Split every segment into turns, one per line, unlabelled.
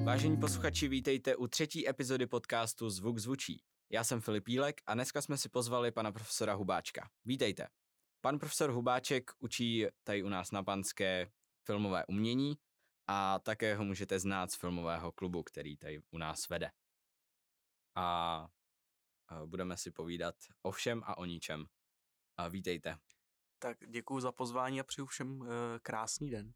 Vážení posluchači, vítejte u 3. epizody podcastu Zvuk zvučí. Já jsem Filip Jílek a dneska jsme si pozvali pana profesora Hubáčka. Vítejte. Pan profesor Hubáček učí tady u nás na Panské filmové umění a také ho můžete znát z filmového klubu, který tady u nás vede. A budeme si povídat o všem a o ničem. Vítejte.
Tak děkuju za pozvání a přeju všem krásný den.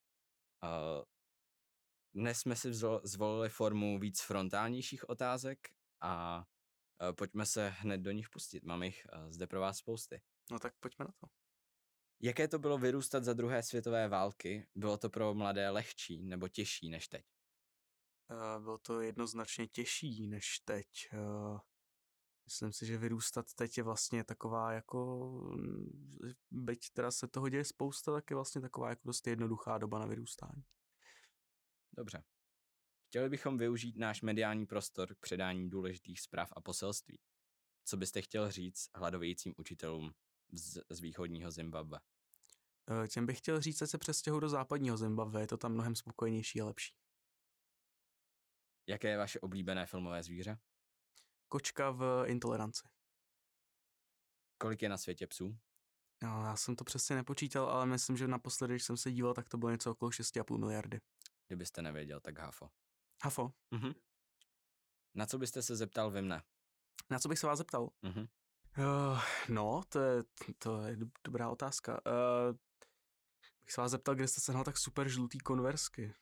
Dnes jsme si zvolili formu víc frontálnějších otázek a pojďme se hned do nich pustit. Mám jich zde pro vás spousty.
No tak pojďme na to.
Jaké to bylo vyrůstat za druhé světové války? Bylo to pro mladé lehčí nebo těžší než teď?
Bylo to jednoznačně těžší než teď. Myslím si, že vyrůstat teď je vlastně taková jako, byť teda se toho děje spousta, tak je vlastně taková jako dost jednoduchá doba na vyrůstání.
Dobře. Chtěli bychom využít náš mediální prostor k předání důležitých zpráv a poselství. Co byste chtěl říct hladovějícím učitelům z východního Zimbabwe?
Těm bych chtěl říct, ať se přestěhují do západního Zimbabwe, je to tam mnohem spokojenější a lepší.
Jaké je vaše oblíbené filmové zvíře?
Kočka v Intoleranci.
Kolik je na světě psů?
No, já jsem to přesně nepočítal, ale myslím, že naposledy, když jsem se díval, tak to bylo něco okolo 6,5 miliardy.
Kdybyste nevěděl, tak hafo.
Hafo?
Mhm. Na co byste se zeptal vy mne?
Na co bych se vás zeptal?
Mhm.
No, to je dobrá otázka. Bych se vás zeptal, kde jste sehnal tak super žlutý konversky?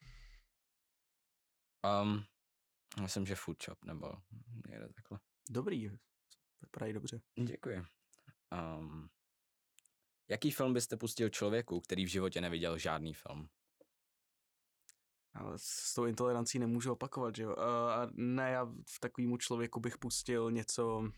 Myslím, že Food Shop nebo někde takhle.
Dobrý, vypadají dobře.
Děkuji. Jaký film byste pustil člověku, který v životě neviděl žádný film?
Ale s tou intolerancí nemůžu opakovat, že jo? Ne, já v takovému člověku bych pustil něco...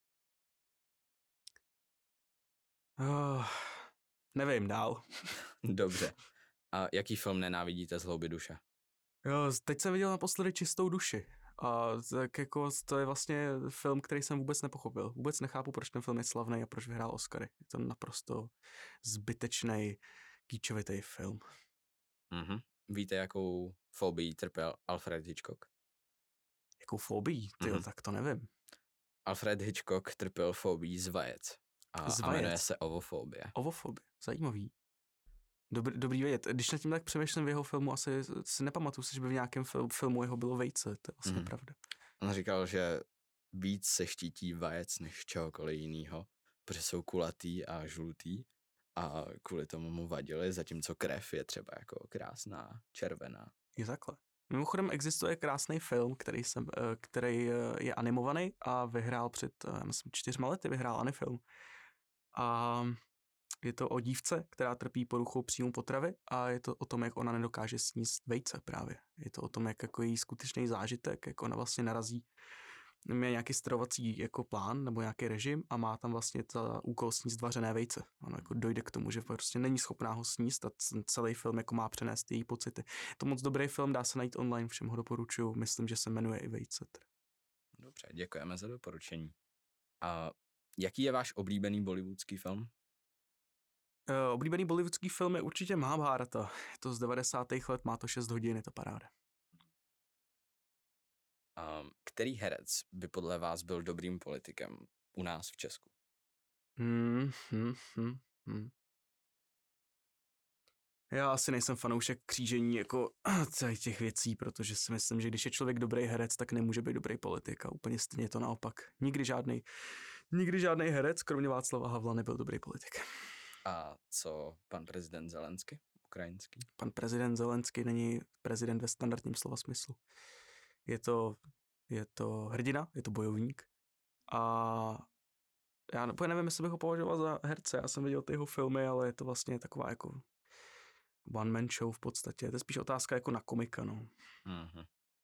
nevím, dál.
Dobře. A jaký film nenávidíte z hloubi duše?
Jo, teď jsem viděl naposledy Čistou duši. A tak jako to je vlastně film, který jsem vůbec nepochopil. Vůbec nechápu, proč ten film je slavný a proč vyhrál Oscary. Je to naprosto zbytečný, kýčovitý film.
Mhm. Víte, jakou fobii trpěl Alfred Hitchcock?
Jakou fobii? Tyjo, tak to nevím.
Alfred Hitchcock trpěl fobii z vajec. A jmenuje se ovofobie.
Ovofobie, zajímavý. Dobrý vědět. Když nad tím tak přemýšlím v jeho filmu, asi si nepamatuju si, že by v nějakém filmu jeho bylo vejce. To je vlastně pravda.
On říkal, že víc se štítí vajec než čehokoliv jinýho, protože jsou kulatý a žlutý a kvůli tomu mu vadili, zatímco krev je třeba jako krásná, červená.
Je takhle. Mimochodem existuje krásný film, který je animovaný a vyhrál před, myslím, 4 lety vyhrál Anifilm. A je to o dívce, která trpí poruchou příjmu potravy a je to o tom, jak ona nedokáže sníst vejce právě. Je to o tom, jak jako její skutečný zážitek, jak ona vlastně narazí, má nějaký stravovací jako plán nebo nějaký režim a má tam vlastně za úkol sníst vařené vejce. Ono jako dojde k tomu, že prostě není schopná ho sníst a celý film jako má přenést její pocity. Je to moc dobrý film, dá se najít online, všem ho doporučuju. Myslím, že se jmenuje i Vejce.
Dobře, děkujeme za doporučení. A jaký je váš oblíbený bollywoodský film?
Oblíbený bollywoodský film je určitě Mahabharata. Je to z 90. let, má to 6 hodin, je to paráda.
Který herec by podle vás byl dobrým politikem u nás v Česku?
Já asi nejsem fanoušek křížení jako těch věcí, protože si myslím, že když je člověk dobrý herec, tak nemůže být dobrý politik a úplně stejně to naopak. Nikdy žádný herec, kromě Václava Havla, nebyl dobrý politik.
A co pan prezident Zelensky, ukrajinský?
Pan prezident Zelensky není prezident ve standardním slova smyslu. Je to hrdina, je to bojovník a já nevím, jestli bych ho považoval za herce. Já jsem viděl ty jeho filmy, ale je to vlastně taková jako one man show v podstatě. To je spíš otázka jako na komika, no.
Mm-hmm.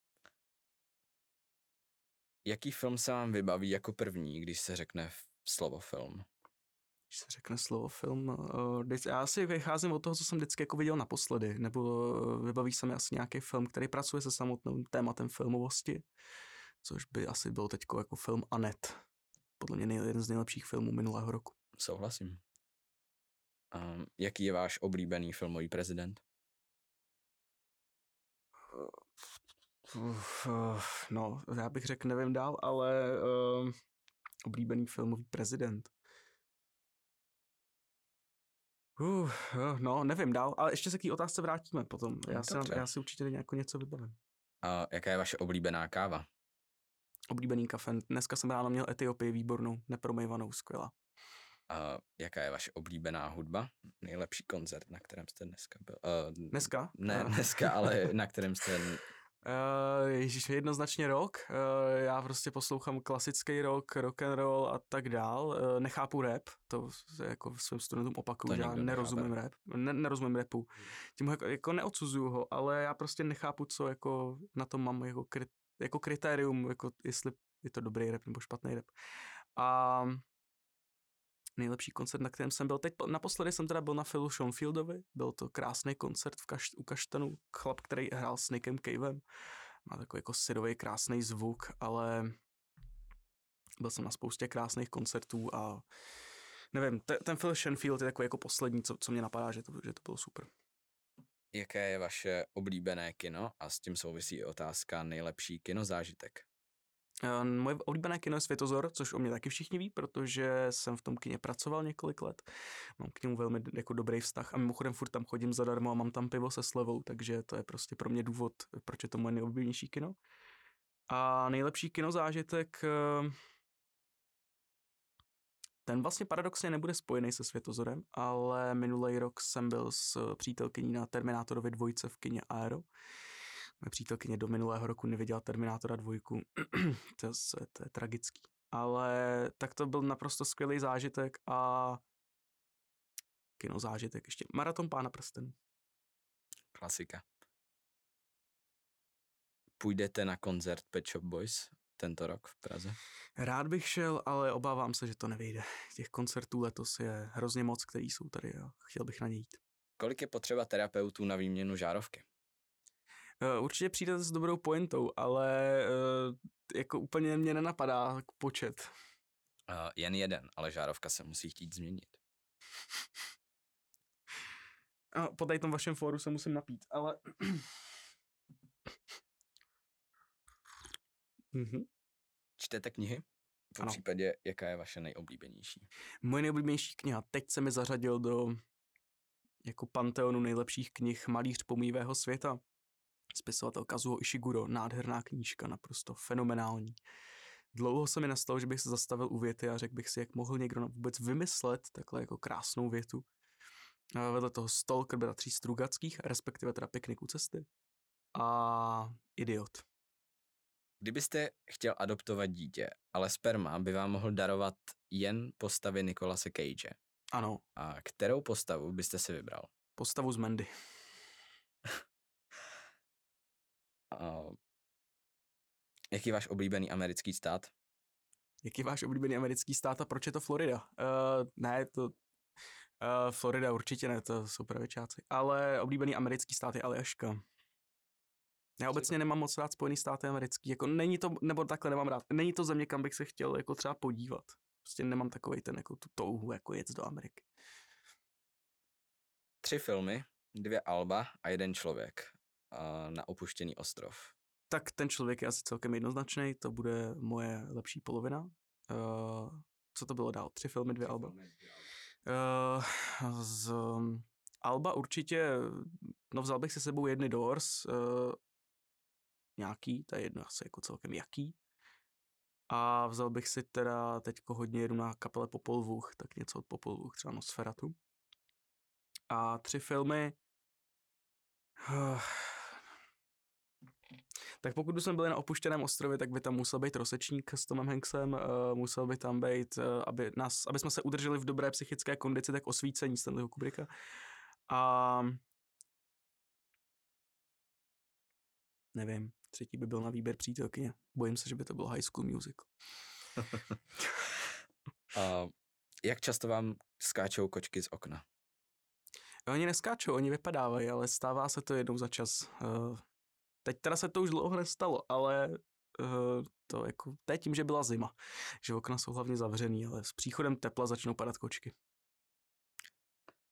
Jaký film se vám vybaví jako první, když se řekne slovo film?
Když se řekne slovo film, já si vycházím od toho, co jsem vždycky jako viděl naposledy, nebo vybaví se mi asi nějaký film, který pracuje se samotným tématem filmovosti, což by asi byl teďko jako film Annette. Podle mě jeden z nejlepších filmů minulého roku.
Souhlasím. Jaký je váš oblíbený filmový prezident?
No, já bych řekl, nevím dál, ale oblíbený filmový prezident. No, nevím dál, ale ještě se k té otázce vrátíme potom. Já si určitě jako něco vybavím.
A jaká je vaše oblíbená káva?
Oblíbený kafe. Dneska jsem ráno měl Etiopii výbornou, nepromejvanou, skvělá.
A jaká je vaše oblíbená hudba? Nejlepší koncert, na kterém jste dneska byl?
Dneska?
Ne, dneska, ale na kterém jste...
Ježíš, jednoznačně rock. Já prostě poslouchám klasický rock and roll a tak dál. Nechápu rap, to jako svým studentům opakuju, že já nerozumím rap. Nerozumím rapu. Tím jako neodsuzuju ho, ale já prostě nechápu, co jako na tom mám jako kritérium, jako jestli je to dobrý rap nebo špatný rap. A nejlepší koncert, na kterém jsem byl. Teď naposledy jsem teda byl na Philu Schoenfieldovi. Byl to krásný koncert u Kaštanu. Chlap, který hrál s Nickem Cavem. Má takový jako syrový krásný zvuk, ale byl jsem na spoustě krásných koncertů a nevím, ten Phil Schoenfield je takový jako poslední, co mě napadá, že to bylo super.
Jaké je vaše oblíbené kino a s tím souvisí i otázka nejlepší kinozážitek?
Moje oblíbené kino je Světozor, což o mě taky všichni ví, protože jsem v tom kině pracoval několik let. Mám k němu velmi jako dobrý vztah a mimochodem furt tam chodím zadarmo a mám tam pivo se slevou, takže to je prostě pro mě důvod, proč je to moje nejoblíbenější kino. A nejlepší kinozážitek, ten vlastně paradoxně nebude spojený se Světozorem, ale minulý rok jsem byl s přítelkyní na Terminátorovi 2 v kině Aero. Moje přítelkyně do minulého roku neviděla Terminátora 2. to je tragický. Ale tak to byl naprosto skvělý zážitek a kinozážitek ještě. Maraton Pána prstenů.
Klasika. Půjdete na koncert Pet Shop Boys tento rok v Praze?
Rád bych šel, ale obávám se, že to nevyjde. Těch koncertů letos je hrozně moc, který jsou tady a chtěl bych na ně jít.
Kolik je potřeba terapeutů na výměnu žárovky?
Určitě přijdete s dobrou pointou, ale jako úplně mě nenapadá počet.
Jen jeden, ale žárovka se musí chtít změnit.
Po tady tom vašem fóru se musím napít, ale...
Čtete knihy? V případě, jaká je vaše nejoblíbenější?
Moje nejoblíbenější kniha. Teď se mi zařadil do jako panteonu nejlepších knih Malíř pomývého světa. Spisovatel Kazuo Ishiguro, nádherná knížka, naprosto fenomenální. Dlouho se mi nastalo, že bych se zastavil u věty a řekl bych si, jak mohl někdo vůbec vymyslet takhle jako krásnou větu. A vedle toho Stalker bratří Strugackých, respektive teda Piknik u cesty. A Idiot.
Kdybyste chtěl adoptovat dítě, ale sperma by vám mohl darovat jen postavy Nicolase Cage.
Ano.
A kterou postavu byste si vybral?
Postavu z Mandy.
Jaký je váš oblíbený americký stát?
Jaký je váš oblíbený americký stát a proč je to Florida? Florida určitě ne, to jsou pravičáci. Ale oblíbený americký stát je Aljaška. Já obecně nemám moc rád Spojený státy americký. Jako není to, nebo takhle nemám rád. Není to země, kam bych se chtěl jako třeba podívat. Prostě nemám takovej ten jako tu touhu jako jet do Ameriky.
3 filmy, 2 alba a 1 člověk na opuštěný ostrov.
Tak ten člověk je asi celkem jednoznačný, to bude moje lepší polovina. Co to bylo dál? 3 filmy, 2 alba. Z alba určitě, vzal bych si sebou jedny Doors, nějaký, to je jedno asi jako celkem jaký. A vzal bych si teda teďko hodně jedu na kapele Popol Vuh, tak něco od Popol Vuh, třeba Nosferatu. A 3 filmy... Tak pokud jsme byli na opuštěném ostrově, tak by tam musel být Rosečník s Tomem Hanksem, musel by tam být, aby jsme se udrželi v dobré psychické kondici, tak Osvícení Stanleyho Kubricka. A nevím, 3. by byl Na výběr Přítelkyně. Bojím se, že by to bylo High School Musical.
Jak často vám skáčou kočky z okna?
Oni neskáčou, oni vypadávají, ale stává se to jednou za čas. Teď teda se to už dlouho nestalo, ale to jako teď tím, že byla zima, že okna jsou hlavně zavřený, ale s příchodem tepla začnou padat kočky.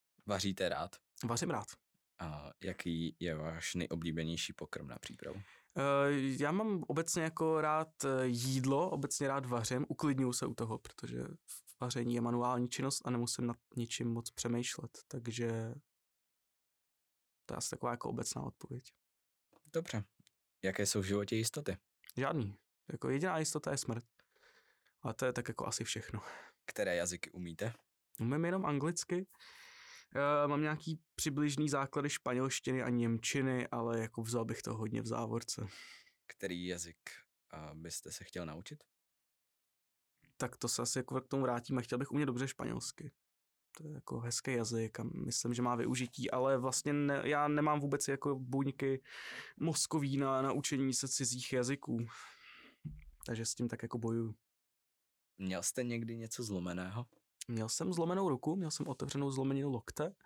Vaříte rád?
Vařím rád.
A jaký je váš nejoblíbenější pokrm na přípravu?
Já mám obecně jako rád jídlo, obecně rád vařím, uklidňuju se u toho, protože vaření je manuální činnost a nemusím nad ničím moc přemýšlet, takže to je asi taková jako obecná odpověď.
Dobře. Jaké jsou v životě jistoty?
Žádný. Jako jediná jistota je smrt. A to je tak jako asi všechno.
Které jazyky umíte?
Umím jenom anglicky. Mám nějaký přibližný základy španělštiny a němčiny, ale jako vzal bych to hodně v závorce.
Který jazyk byste se chtěl naučit?
Tak to se asi jako k tomu vrátíme. Chtěl bych umět dobře španělsky. To je jako hezký jazyk a myslím, že má využití, ale vlastně já nemám vůbec jako buňky mozkový na učení se cizích jazyků. Takže s tím tak jako bojuju.
Měl jste někdy něco zlomeného?
Měl jsem zlomenou ruku, měl jsem otevřenou zlomeninu lokte.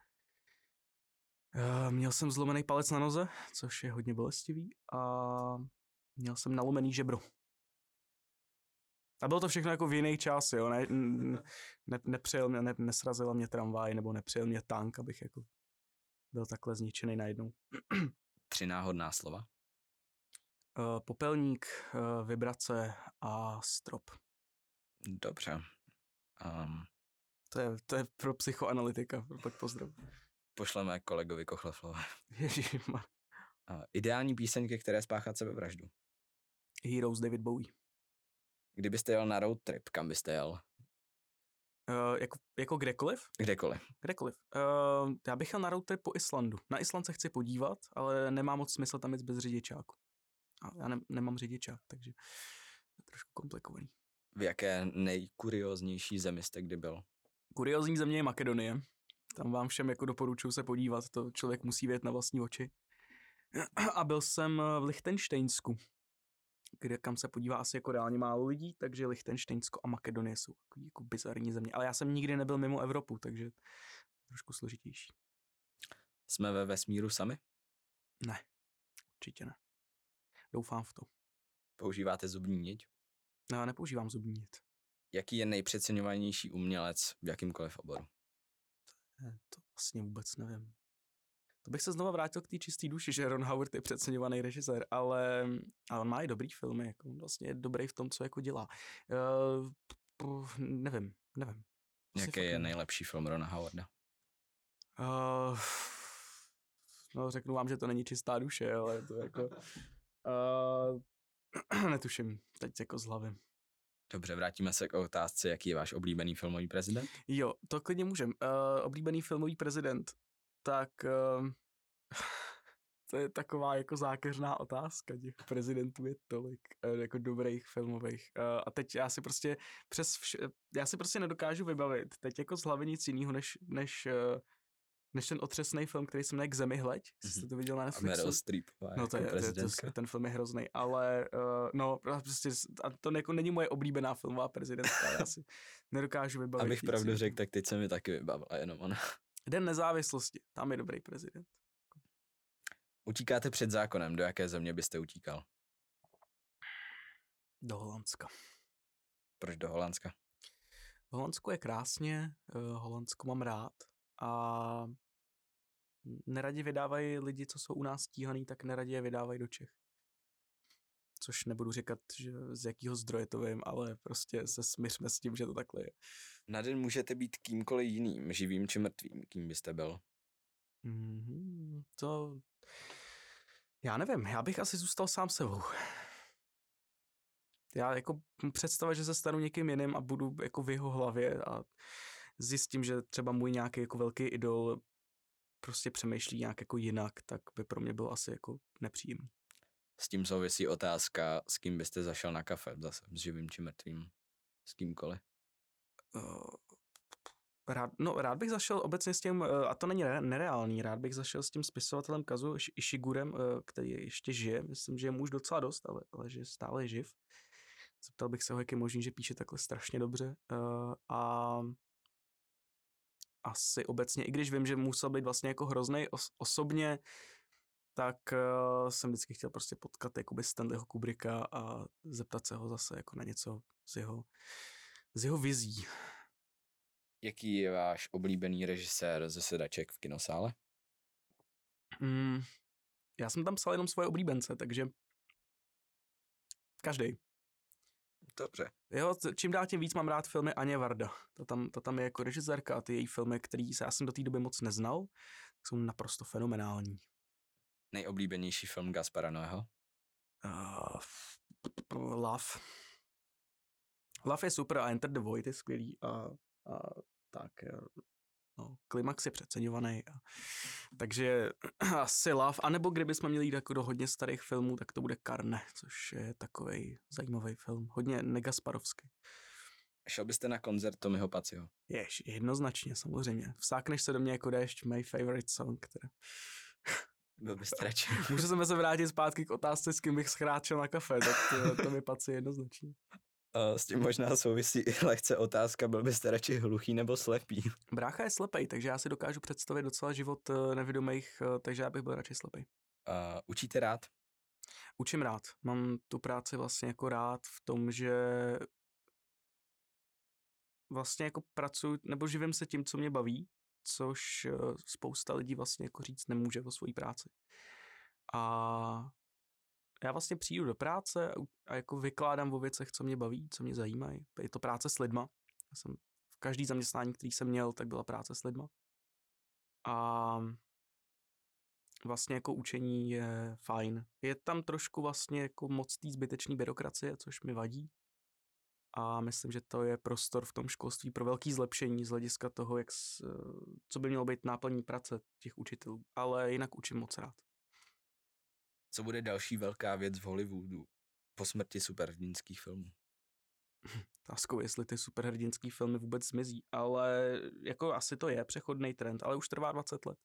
Měl jsem zlomený palec na noze, což je hodně bolestivý. A měl jsem nalomený žebro. A bylo to všechno jako v jiný čas, jo. Nesrazila mě tramvaj, nebo nepřijel mě tank, abych jako byl takhle zničený najednou.
3 náhodná slova?
Popelník, vibrace a strop.
Dobře.
To je pro psychoanalytika, pak pozdrav.
Pošleme kolegovi Kochleflovi.
Ježišmar.
Ideální píseň, ke které spáchat sebevraždu?
Heroes David Bowie.
Kdybyste jel na road trip, kam byste jel?
Jako kdekoliv?
Kdekoliv.
Já bych jel na road trip po Islandu. Na Island se chci podívat, ale nemá moc smysl tam jít bez řidičáku. A já nemám řidičák, takže je trošku komplikovaný.
V jaké nejkurióznější zemi jste kdy byl?
Kuriózní země je Makedonie. Tam vám všem jako doporučuji se podívat, to člověk musí vědět na vlastní oči. A byl jsem v Lichtenštejnsku, kam se podívá asi jako reálně málo lidí, takže Lichtenštejnsko a Makedonie jsou jako bizarní země. Ale já jsem nikdy nebyl mimo Evropu, takže trošku složitější.
Jsme ve vesmíru sami?
Ne, určitě ne. Doufám v to.
Používáte zubní niť?
No, nepoužívám zubní nit.
Jaký je nejpřeceňovanější umělec v jakýmkoliv oboru?
To vlastně vůbec nevím. To bych se znova vrátil k té čistý duši, že Ron Howard je přeceňovaný režisér, ale on má i dobrý filmy, jako vlastně je dobrý v tom, co jako dělá. Nevím.
Jaký je nejlepší film Rona Howarda?
No, řeknu vám, že to není čistá duše, ale to jako... netuším, teď jako z hlavy.
Dobře, vrátíme se k otázce, jaký je váš oblíbený filmový prezident?
Jo, to klidně můžem. Oblíbený filmový prezident, tak to je taková jako zákeřná otázka, těch prezidentů je tolik, jako dobrých filmových. A teď já si prostě nedokážu vybavit teď jako z hlavy nic jiného, než ten otřesný film, který se jmenuje K zemi hleď, jste to viděl na Netflixu.
Meryl Streep.
No ten film je hrozný, ale no prostě to jako není moje oblíbená filmová prezidentka, já si nedokážu vybavit.
Abych pravdu řekl, tak teď se mi taky vybavila jenom ona.
Den nezávislosti, tam je dobrý prezident.
Utíkáte před zákonem, do jaké země byste utíkal?
Do Holandska.
Proč do Holandska?
V Holandsku je krásně, Holandsko mám rád a neradi vydávají lidi, co jsou u nás stíhaný, tak neradi je vydávají do Čech. Což nebudu říkat, že z jakého zdroje to vím, ale prostě se smířme s tím, že to takhle je.
Na den můžete být kýmkoliv jiným, živým či mrtvým, kým byste byl?
To... Já nevím, já bych asi zůstal sám sebou. Já jako představa, že se stanu někým jiným a budu jako v jeho hlavě a zjistím, že třeba můj nějaký jako velký idol prostě přemýšlí nějak jako jinak, tak by pro mě bylo asi jako nepříjemný.
S tím souvisí otázka, s kým byste zašel na kafe zase, s živým či mrtvým, s kýmkoliv.
Rád bych zašel obecně s tím, a to není nereálný, rád bych zašel s tím spisovatelem Kazuo Ishigurem, který ještě žije, myslím, že je muž docela dost, ale že stále je živ. Zeptal bych se ho, jak je možný, že píše takhle strašně dobře a asi obecně, i když vím, že musel být vlastně jako hroznej osobně, tak jsem vždycky chtěl prostě potkat jakoby Stanleyho Kubricka a zeptat se ho zase jako na něco z jeho vizí.
Jaký je váš oblíbený režisér ze sedaček v kinosále?
Já jsem tam psal jenom svoje oblíbence, takže Každý.
Dobře.
Jo, čím dál tím víc mám rád filmy Aně Varda. To tam je jako režisérka a ty její filmy, který já jsem do té doby moc neznal, jsou naprosto fenomenální.
Nejoblíbenější film Gaspara Noého?
Love. Love je super a Enter the Void je skvělý a tak, no, Klimax je přeceňovaný. Takže asi Love, anebo kdybychom měli jít jako do hodně starých filmů, tak to bude Carne, což je takovej zajímavý film, hodně negasparovský.
Šel byste na koncert Tommyho Paciho?
Jednoznačně, samozřejmě. Vsákneš se do mě jako déšť, my favorite song, která...
Byl byste radši.
Můžeme se vrátit zpátky k otázce, s kým bych schráčel na kafe, tak to mi Paci jednoznačně.
S tím možná souvisí i lehce otázka, byl byste radši hluchý nebo slepý?
Brácha je slepej, takže já si dokážu představit docela život nevidomých, takže já bych byl radši slepej.
Učíte rád?
Učím rád. Mám tu práci vlastně jako rád v tom, že vlastně jako pracuji, nebo živím se tím, co mě baví, což spousta lidí vlastně jako říct nemůže o svojí práci. A já vlastně přijdu do práce a jako vykládám o věcech, co mě baví, co mě zajímají. Je to práce s lidma. Já jsem v každý zaměstnání, který jsem měl, tak byla práce s lidma. A vlastně jako učení je fajn. Je tam trošku vlastně jako moc té zbytečné byrokracie, což mi vadí. A myslím, že to je prostor v tom školství pro velký zlepšení z hlediska toho, co by mělo být náplní práce těch učitelů. Ale jinak učím moc rád.
Co bude další velká věc v Hollywoodu po smrti superhrdinských filmů?
Otázkou, jestli ty superhrdinský filmy vůbec zmizí, ale jako asi to je přechodný trend, ale už trvá 20 let.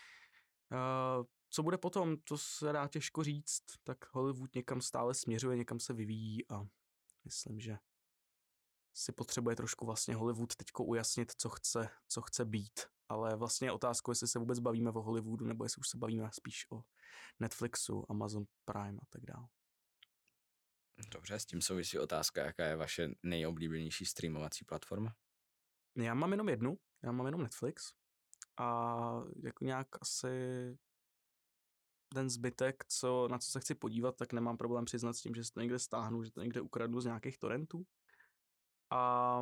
Co bude potom, to se dá těžko říct, tak Hollywood někam stále směřuje, někam se vyvíjí a myslím, že si potřebuje trošku vlastně Hollywood teďko ujasnit, co chce být. Ale vlastně je otázkou, jestli se vůbec bavíme o Hollywoodu, nebo jestli už se bavíme spíš o Netflixu, Amazon Prime a tak dále.
Dobře, s tím souvisí otázka, jaká je vaše nejoblíbenější streamovací platforma?
Já mám jenom jednu, já mám jenom Netflix a jako nějak asi ten zbytek, na co se chci podívat, tak nemám problém přiznat s tím, že si to někde stáhnu, že to někde ukradnu z nějakých torrentů. A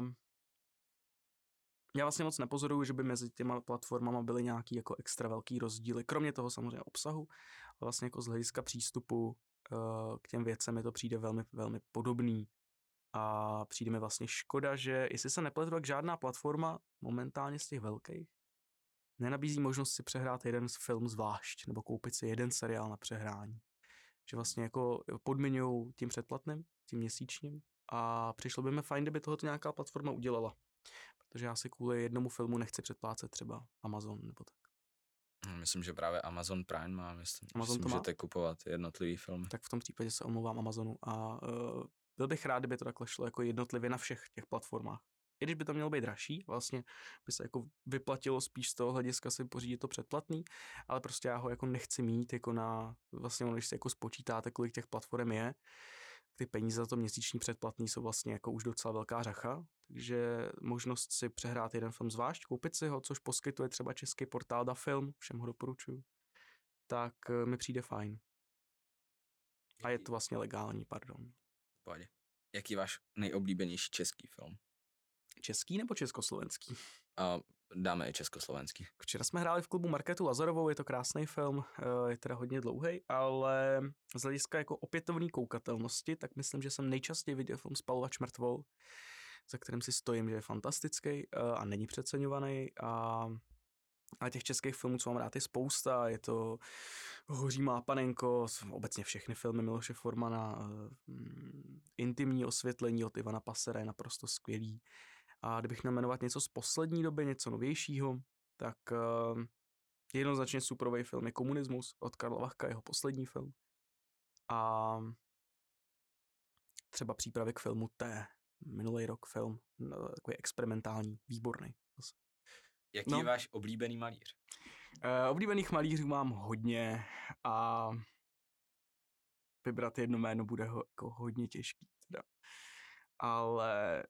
já vlastně moc nepozoruju, že by mezi těma platformama byly nějaký jako extra velký rozdíly, kromě toho samozřejmě obsahu, a vlastně jako z hlediska přístupu k těm věcem mi to přijde velmi, velmi podobný. A přijde mi vlastně škoda, že jestli se nepletu, tak žádná platforma momentálně z těch velkých nenabízí možnost si přehrát jeden film zvlášť, nebo koupit si jeden seriál na přehrání. Že vlastně jako podmiňují tím předplatným, tím měsíčním a přišlo by mi fajn, kdyby tohoto nějaká platforma udělala. Protože já si kvůli jednomu filmu nechci předplácet třeba Amazon nebo tak.
Myslím, že právě Amazon Prime má, že si
to
můžete kupovat jednotlivý filmy.
Tak v tom případě se omlouvám Amazonu a byl bych rád, kdyby to takhle šlo jako jednotlivě na všech těch platformách. I když by to mělo být dražší, vlastně by se jako vyplatilo spíš z toho hlediska si pořídit to předplatný, ale prostě já ho jako nechci mít jako vlastně když si jako spočítáte, kolik těch platform je, ty peníze za to měsíční předplatný jsou vlastně jako už docela velká řacha, takže možnost si přehrát jeden film zvlášť, koupit si ho, což poskytuje třeba český portál DaFilm, všem ho doporučuju, tak mi přijde fajn. A je to vlastně legální, pardon.
Pohodě. Jaký je váš nejoblíbenější český film?
Český nebo československý?
Dáme i československý.
Včera jsme hráli v klubu Markétu Lazarovou, je to krásný film, je teda hodně dlouhý, ale z hlediska jako opětovné koukatelnosti, tak myslím, že jsem nejčastěji viděl film Spalovač mrtvol, za kterým si stojím, že je fantastický a není přeceňovaný. A těch českých filmů, co mám rád, je spousta. Je to Hoří má panenko, obecně všechny filmy Miloše Formana, Intimní osvětlení od Ivana Passera je naprosto skvělý. A kdybych měl jmenovat něco z poslední doby, něco novějšího, tak jednoznačně superový film je Komunismus od Karla Vachka, jeho poslední film. A třeba přípravy k filmu T, minulý rok film, takový experimentální, výborný.
Jaký je váš oblíbený malíř?
Oblíbených malířů mám hodně a vybrat jedno jméno bude jako hodně těžký. Teda. Ale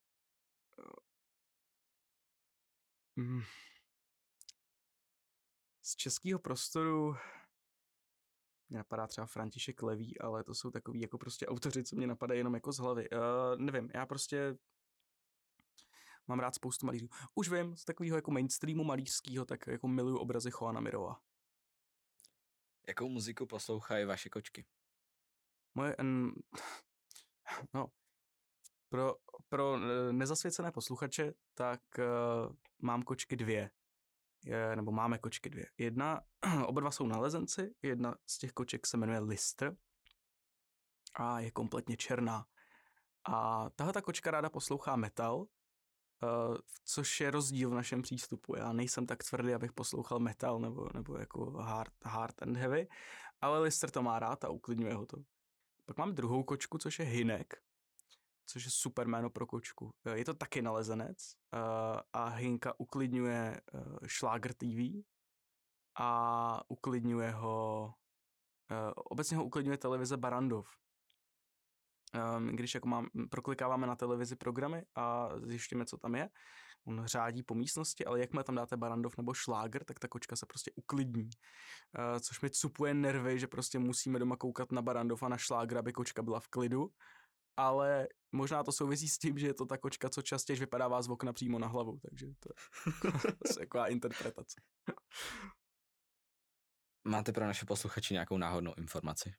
z českého prostoru Mě napadá třeba František Levý, ale to jsou takový jako prostě autoři, co mě napadají jenom jako z hlavy. Nevím, já prostě mám rád spoustu malířů. Už vím, z takového jako mainstreamu malířského, tak jako miluju obrazy Joana Mirova.
Jakou muziku poslouchají vaše kočky?
Moje, no, pro nezasvěcené posluchače, tak mám kočky dvě. Nebo máme kočky dvě. Oba dva jsou nalezenci, jedna z těch koček se jmenuje Lister a je kompletně černá. A tahle ta kočka ráda poslouchá metal, což je rozdíl v našem přístupu. Já nejsem tak tvrdý, abych poslouchal metal nebo jako hard and heavy, ale Lister to má rád a uklidňuje ho to. Pak mám druhou kočku, což je Hinek, což je super jméno pro kočku. Je to taky nalezenec a Hinka uklidňuje Schlager TV a uklidňuje ho, obecně ho uklidňuje televize Barrandov. Když jako proklikáváme na televizi programy a zjišťujeme, co tam je, on řádí po místnosti, ale jakmile tam dáte Barrandov nebo Schlager, tak ta kočka se prostě uklidní. Což mi cupuje nervy, že prostě musíme doma koukat na Barrandov a na Schlager, aby kočka byla v klidu. Ale možná to souvisí s tím, že je to ta kočka, co častěji vypadává z okna přímo na hlavu, takže to je taková interpretace.
Máte pro naše posluchači nějakou náhodnou informaci?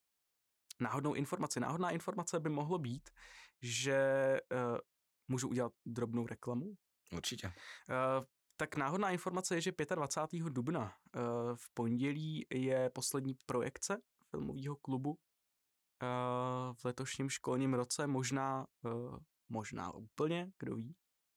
Náhodná informace by mohlo být, že můžu udělat drobnou reklamu?
Určitě.
Tak náhodná informace je, že 25. dubna v pondělí je poslední projekce filmového klubu v letošním školním roce, možná úplně, kdo ví.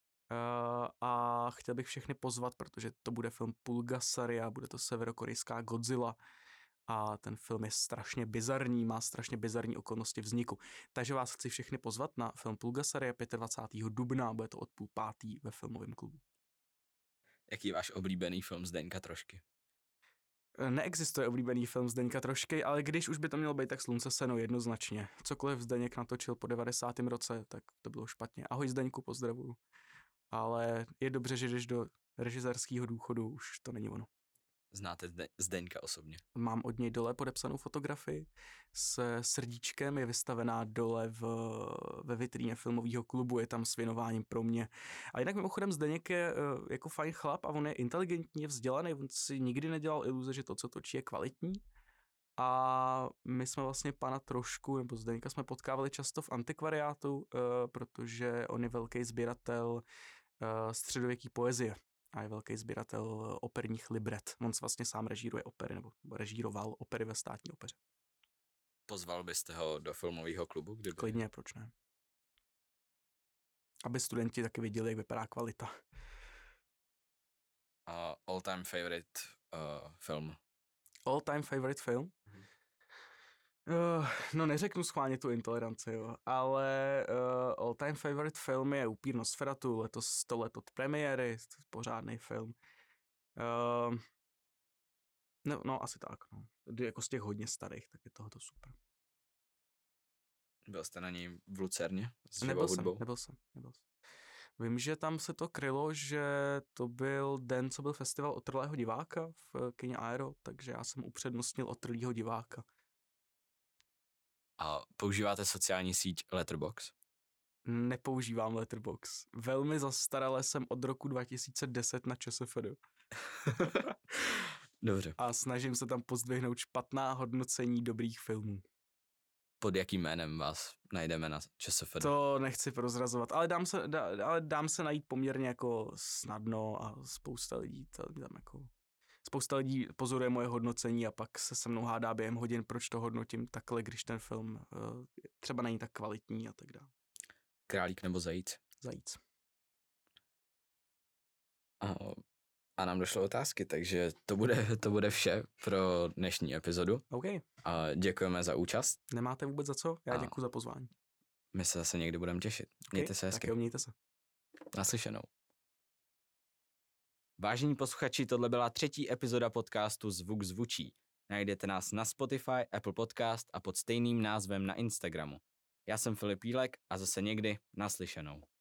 A chtěl bych všechny pozvat, protože to bude film Pulgasaria, bude to severokorejská Godzilla a ten film je strašně bizarní, má strašně bizarní okolnosti vzniku. Takže vás chci všechny pozvat na film Pulgasaria 25. dubna, bude to od 4:30 ve filmovém klubu.
Jaký je váš oblíbený film Zdeňka Trošky?
Neexistuje oblíbený film Zdeňka Trošky, ale když už by to mělo být, tak Slunce seno jednoznačně. Cokoliv Zdeněk natočil po 90. roce, tak to bylo špatně. Ahoj Zdeňku, pozdravuju. Ale je dobře, že jdeš do režisérského důchodu, už to není ono.
Znáte Zdeňka osobně?
Mám od něj dole podepsanou fotografii s srdíčkem, je vystavená dole ve vitríně filmového klubu, je tam s věnováním pro mě. A jinak mimochodem Zdeněk je jako fajn chlap a on je inteligentní, je vzdělaný, on si nikdy nedělal iluze, že to, co točí, je kvalitní. A my jsme vlastně pana Trošku, nebo Zdeňka jsme potkávali často v antikvariátu, protože on je velký sběratel středověké poezie a je velký sběratel operních libret. On vlastně sám režíruje opery, nebo režíroval opery ve Státní opeře.
Pozval byste ho do filmového klubu? Kdyby...
Klidně, proč ne? Aby studenti taky viděli, jak vypadá kvalita.
All time favorite film?
All time favorite film? No neřeknu schválně tu intoleranci, jo, ale all time favorite film je Upír Nosferatu, letos 100 let od premiéry, pořádný film. No asi tak, no. Jako z těch hodně starých, tak je tohoto super.
Byl jste na něj v Lucerně s
Nebyl
hudbou?
Nebyl jsem. Vím, že tam se to krylo, že to byl den, co byl festival otrlého diváka v kině Aero, takže já jsem upřednostnil otrlýho diváka.
A používáte sociální síť Letterboxd?
Nepoužívám Letterboxd. Velmi zastaralé jsem od roku 2010 na ČSFD.
Dobře.
A snažím se tam pozdvihnout špatná hodnocení dobrých filmů.
Pod jakým jménem vás najdeme na ČSFD?
To nechci prozrazovat, ale dám se najít poměrně jako snadno a spousta lidí pozoruje moje hodnocení a pak se mnou hádá během hodin, proč to hodnotím takhle, když ten film třeba není tak kvalitní a tak dále.
Králík nebo zajíc?
Zajíc.
A nám došly otázky, takže to bude vše pro dnešní epizodu.
OK.
A děkujeme za účast.
Nemáte vůbec za co? Já děkuji za pozvání.
My se zase někdy budeme těšit.
Okay.
Mějte se hezky.
Tak jo, mějte se.
Naslyšenou. Vážení posluchači, tohle byla 3. epizoda podcastu Zvuk zvučí. Najdete nás na Spotify, Apple Podcast a pod stejným názvem na Instagramu. Já jsem Filip Pílek a zase někdy naslyšenou.